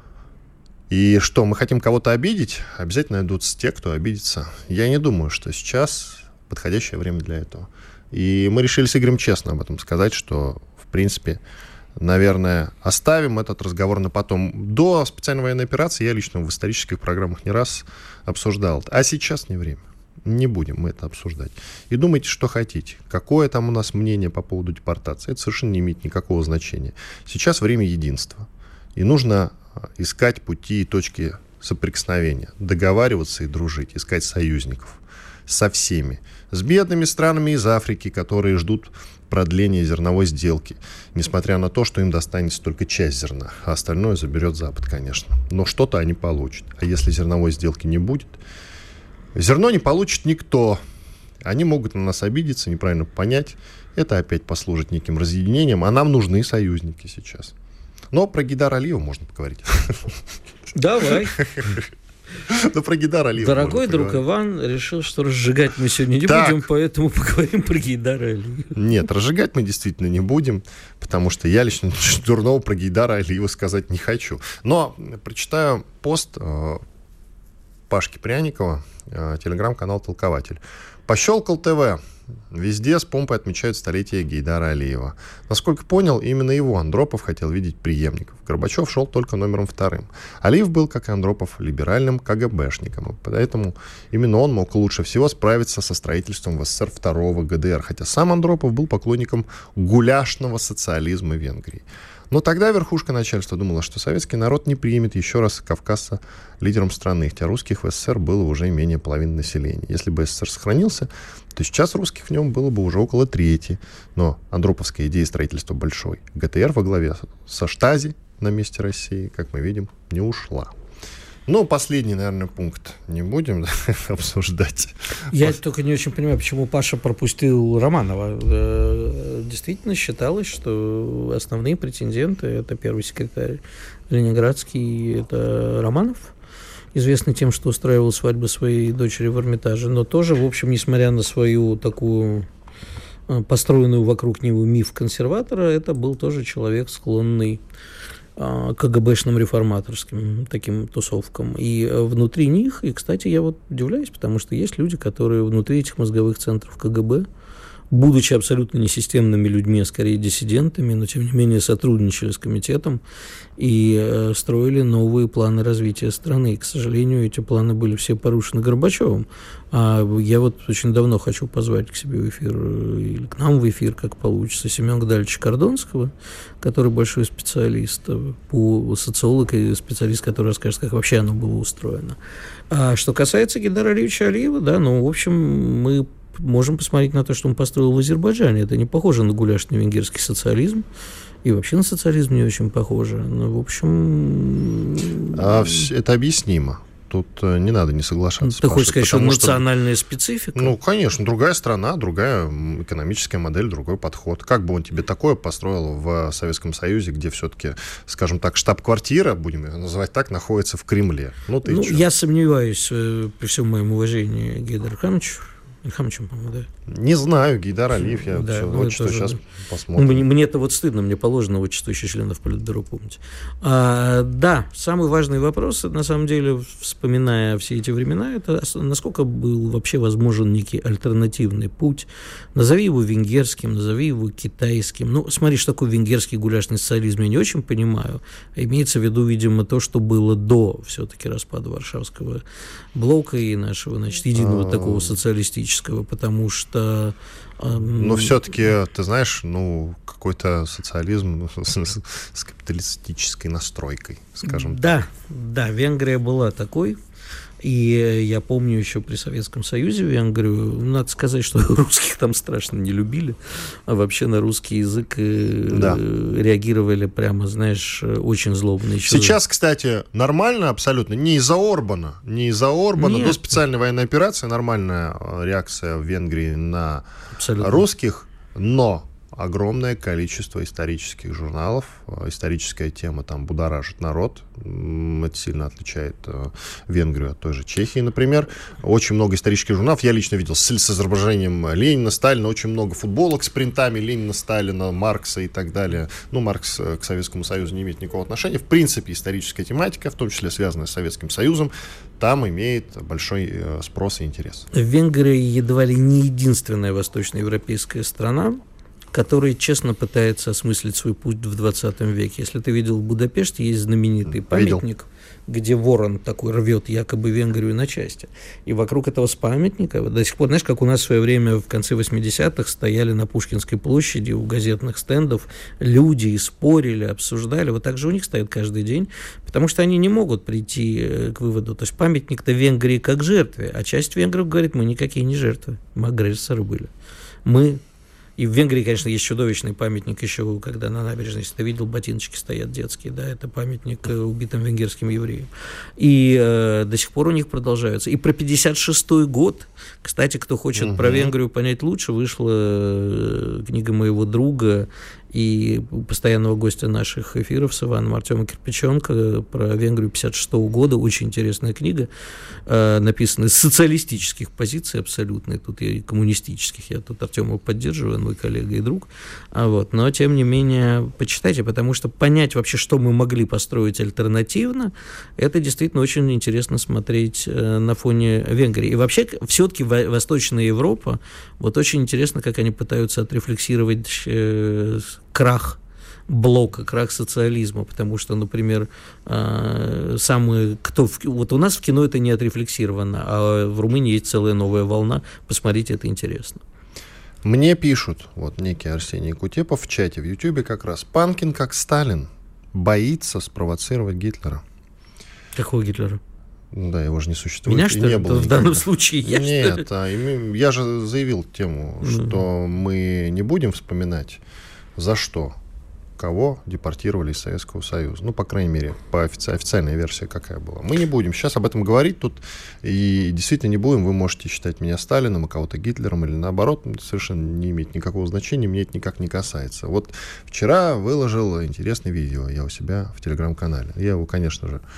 И что, мы хотим кого-то обидеть? Обязательно найдутся те, кто обидится. Я не думаю, что сейчас подходящее время для этого. И мы решили с Игорем честно об этом сказать, что, в принципе, наверное, оставим этот разговор на потом. До специальной военной операции я лично в исторических программах не раз обсуждал. А сейчас не время. Не будем мы это обсуждать. И думайте, что хотите. Какое там у нас мнение по поводу депортации. Это совершенно не имеет никакого значения. Сейчас время единства. И нужно искать пути и точки соприкосновения. Договариваться и дружить. Искать союзников. Со всеми. С бедными странами из Африки, которые ждут продления зерновой сделки. Несмотря на то, что им достанется только часть зерна. А остальное заберет Запад, конечно. Но что-то они получат. А если зерновой сделки не будет, зерно не получит никто. Они могут на нас обидеться, неправильно понять. Это опять послужит неким разъединением. А нам нужны союзники сейчас. Но про Гейдара Алиева можно поговорить. Давай. Ну, про Гейдара Алиева. Дорогой друг Иван решил, что разжигать мы сегодня не так. будем, поэтому поговорим про Гейдара Алиева. Нет, разжигать мы действительно не будем, потому что я лично дурного про Гейдара Алиева сказать не хочу. Но прочитаю пост э, Пашки Пряникова, э, телеграм-канал «Толкователь». Пощелкал ТВ. Везде с помпой отмечают столетие Гейдара Алиева. Насколько понял, именно его Андропов хотел видеть преемников. Горбачев шел только номером вторым. Алиев был, как и Андропов, либеральным КГБшником. И поэтому именно он мог лучше всего справиться со строительством в СССР второго ГДР. Хотя сам Андропов был поклонником гуляшного социализма в Венгрии. Но тогда верхушка начальства думала, что советский народ не примет еще раз кавказца лидером страны, хотя русских в СССР было уже менее половины населения. Если бы СССР сохранился, то сейчас русских в нем было бы уже около трети. Но андроповская идея строительства большой ГТР во главе со Штази на месте России, как мы видим, не ушла. Ну, последний, наверное, пункт не будем да, обсуждать. Я Пос... только не очень понимаю, почему Паша пропустил Романова. Действительно считалось, что основные претенденты — это первый секретарь Ленинградский, это Романов, известный тем, что устраивал свадьбы своей дочери в Эрмитаже, но тоже, в общем, несмотря на свою такую построенную вокруг него миф консерватора, это был тоже человек, склонный КГБшным реформаторским таким тусовкам. И внутри них, и, кстати, я вот удивляюсь, потому что есть люди, которые внутри этих мозговых центров КГБ, будучи абсолютно несистемными людьми, а скорее диссидентами, но тем не менее сотрудничали с комитетом и э, строили новые планы развития страны. И, к сожалению, эти планы были все порушены Горбачевым. А я вот очень давно хочу позвать к себе в эфир, или к нам в эфир, как получится, Семена Гдальевича Кордонского, который большой специалист, по социолог и специалист, который расскажет, как вообще оно было устроено. А что касается Гейдара Алиевича Алиева, да, ну, в общем, мы можем посмотреть на то, что он построил в Азербайджане. Это не похоже на гуляшный венгерский социализм. И вообще на социализм не очень похоже. Ну, в общем... А это объяснимо. Тут не надо не соглашаться. Ты хочешь сказать, что национальная специфика? Ну, конечно, другая страна, другая экономическая модель, другой подход. Как бы он тебе такое построил в Советском Союзе, где все-таки, скажем так, штаб-квартира, будем ее называть так, находится в Кремле? Ну, ты ну чё? Я сомневаюсь, при всем моем уважении к Гейдару Хамовичу, Ильхамовичем, по-моему, да? Не знаю, Гейдар Алиев, я да, все, ну, вот что сейчас же... посмотрим. Мне, мне это вот стыдно, мне положено отчество еще членов Политбюро помнить. А, да, самый важный вопрос, на самом деле, вспоминая все эти времена, это насколько был вообще возможен некий альтернативный путь. Назови его венгерским, назови его китайским. Ну, смотри, что такое венгерский гуляшный социализм, я не очень понимаю. Имеется в виду, видимо, то, что было до все-таки распада Варшавского блока и нашего, значит, единого такого социалистического, потому что... Но все-таки, ты знаешь, ну, какой-то социализм с, с капиталистической настройкой, скажем да, так. Да, да, Венгрия была такой. И я помню еще при Советском Союзе Венгрию, надо сказать, что русских там страшно не любили, а вообще на русский язык да. реагировали прямо, знаешь, очень злобно. Еще Сейчас, кстати, нормально абсолютно, не из-за Орбана, не из-за Орбана, Нет. до специальной военной операции нормальная реакция в Венгрии на абсолютно. русских, но... огромное количество исторических журналов. Историческая тема там будоражит народ. Это сильно отличает Венгрию от той же Чехии, например. Очень много исторических журналов. Я лично видел с, с изображением Ленина, Сталина. Очень много футболок с принтами Ленина, Сталина, Маркса и так далее. Ну, Маркс к Советскому Союзу не имеет никакого отношения. В принципе, историческая тематика, в том числе связанная с Советским Союзом, там имеет большой спрос и интерес. Венгрия едва ли не единственная восточноевропейская страна, который честно пытается осмыслить свой путь в двадцатом веке. Если ты видел в Будапеште, есть знаменитый памятник, видел. где ворон такой рвет якобы Венгрию на части. И вокруг этого памятника до сих пор, знаешь, как у нас в свое время в конце восьмидесятых стояли на Пушкинской площади у газетных стендов люди и спорили, обсуждали. Вот так же у них стоят каждый день, потому что они не могут прийти к выводу. То есть памятник-то Венгрии как жертве, а часть венгров говорит, мы никакие не жертвы, мы агрессоры были. Мы И в Венгрии, конечно, есть чудовищный памятник еще, когда на набережной, если ты видел, ботиночки стоят детские, да, это памятник убитым венгерским евреям. И э, до сих пор у них продолжаются. И про пятьдесят шестой год, кстати, кто хочет угу. про Венгрию понять лучше, вышла книга моего друга и постоянного гостя наших эфиров с Иваном Артема Кирпиченко про Венгрию пятьдесят шестого года. Очень интересная книга, э, написанная с социалистических позиций абсолютно, и тут и коммунистических. Я тут Артема поддерживаю, мой коллега и друг. А вот, но, тем не менее, почитайте, потому что понять вообще, что мы могли построить альтернативно, это действительно очень интересно смотреть э, на фоне Венгрии. И вообще, все-таки Восточная Европа, вот очень интересно, как они пытаются отрефлексировать э, крах блока, крах социализма, потому что, например, самые, кто в, вот у нас в кино это не отрефлексировано, а в Румынии есть целая новая волна, посмотрите, это интересно. Мне пишут, вот некий Арсений Кутепов в чате в Ютьюбе как раз, Панкин, как Сталин, боится спровоцировать Гитлера. Какого Гитлера? Да, его же не существует. Меня, что не ли? было в никогда. данном случае я, Нет, что ли? А, я же заявил тему, mm-hmm. что мы не будем вспоминать, за что, кого депортировали из Советского Союза. Ну, по крайней мере, по офици- официальной версии какая была. Мы не будем сейчас об этом говорить тут, и действительно не будем. Вы можете считать меня Сталином, а кого-то Гитлером, или наоборот, это совершенно не имеет никакого значения, мне это никак не касается. Вот вчера выложил интересное видео я у себя в Телеграм-канале. Я его, конечно же,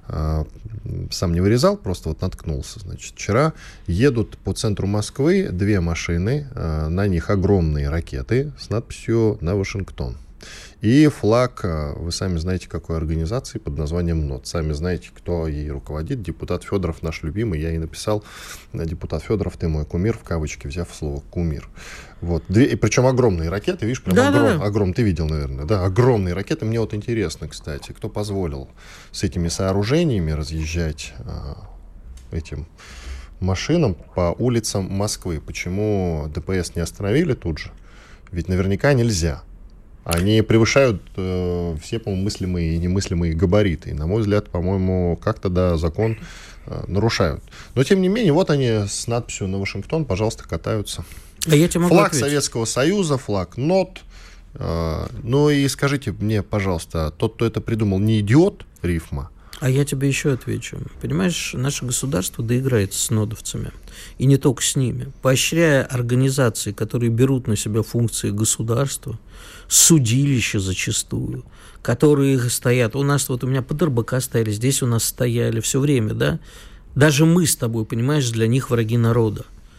сам не вырезал, просто вот наткнулся. Значит, вчера едут по центру Москвы две машины, на них огромные ракеты с надписью «На Вашингтон». И флаг, вы сами знаете, какой организации, под названием НОТ. Сами знаете, кто ей руководит. Депутат Федоров, наш любимый. Я и написал: депутат Федоров, ты мой кумир, в кавычки взяв слово кумир. Вот. Две, и причем огромные ракеты, видишь, прям да, огром, да, да. огром, ты видел, наверное, да, огромные ракеты. Мне вот интересно, кстати, кто позволил с этими сооружениями разъезжать а, этим машинам по улицам Москвы? Почему ДПС не остановили тут же? Ведь наверняка нельзя. Они превышают э, все, по-моему, мыслимые и немыслимые габариты. И, на мой взгляд, по-моему, как-то, да, закон э, нарушают. Но, тем не менее, вот они с надписью «На Вашингтон», пожалуйста, катаются. А я тебе могу флаг ответить. Советского Союза, флаг НОТ. Э, ну и скажите мне, пожалуйста, тот, кто это придумал, не идиот, рифма? А я тебе еще отвечу. Понимаешь, наше государство доиграется с нодовцами. И не только с ними. Поощряя организации, которые берут на себя функции государства, судилища зачастую, которые стоят. У нас вот у меня под эр бэ ка стояли, здесь у нас стояли все время, да? Даже мы с тобой, понимаешь, для них враги народа.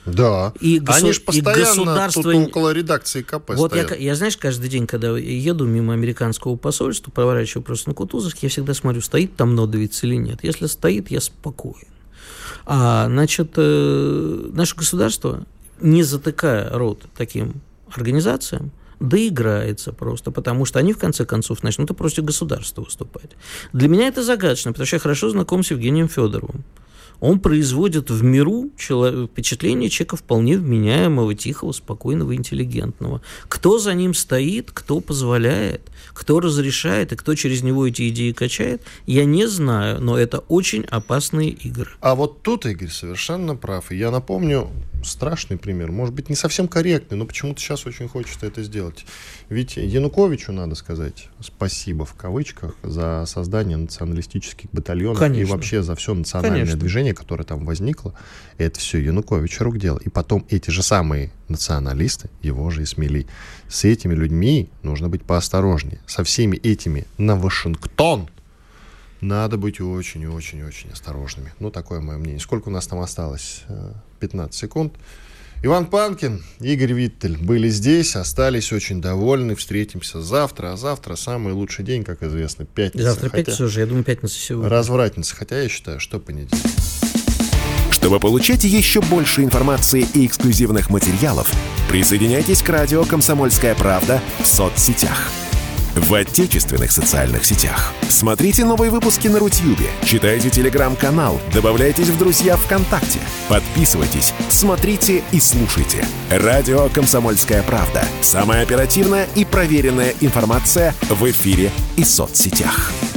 Да, и госу... они же постоянно государство... тут около редакции КП Вот стоят. я, я, знаешь, каждый день, когда еду мимо американского посольства, проворачиваю просто на Кутузовск, я всегда смотрю, стоит там нодовец или нет. Если стоит, я спокоен. А, значит, э, наше государство, не затыкая рот таким организациям, доиграется просто, потому что они, в конце концов, начнут против государства выступать. Для меня это загадочно, потому что я хорошо знаком с Евгением Федоровым. Он производит в миру впечатление человека вполне вменяемого, тихого, спокойного, интеллигентного. Кто за ним стоит, кто позволяет, кто разрешает и кто через него эти идеи качает, я не знаю, но это очень опасные игры. А вот тут Игорь совершенно прав. И я напомню страшный пример, может быть, не совсем корректный, но почему-то сейчас очень хочется это сделать. Ведь Януковичу, надо сказать, спасибо в кавычках за создание националистических батальонов. Конечно. И вообще за все национальное Конечно. Движение, которое там возникло. Это все Янукович рук дело. И потом эти же самые националисты его же и смели. С этими людьми нужно быть поосторожнее. Со всеми этими на Вашингтон надо быть очень-очень-очень осторожными. Ну, такое мое мнение. Сколько у нас там осталось? пятнадцать секунд. Иван Панкин, Игорь Виттель были здесь, остались очень довольны. Встретимся завтра. А завтра самый лучший день, как известно, пятница. Завтра хотя... пятница уже, я думаю, пятница сегодня. Развратница, хотя я считаю, что понедельник. Чтобы получать еще больше информации и эксклюзивных материалов, присоединяйтесь к радио «Комсомольская правда» в соцсетях. В отечественных социальных сетях. Смотрите новые выпуски на Рутьюбе, читайте телеграм-канал, добавляйтесь в друзья ВКонтакте, подписывайтесь, смотрите и слушайте. Радио «Комсомольская правда». Самая оперативная и проверенная информация в эфире и соцсетях.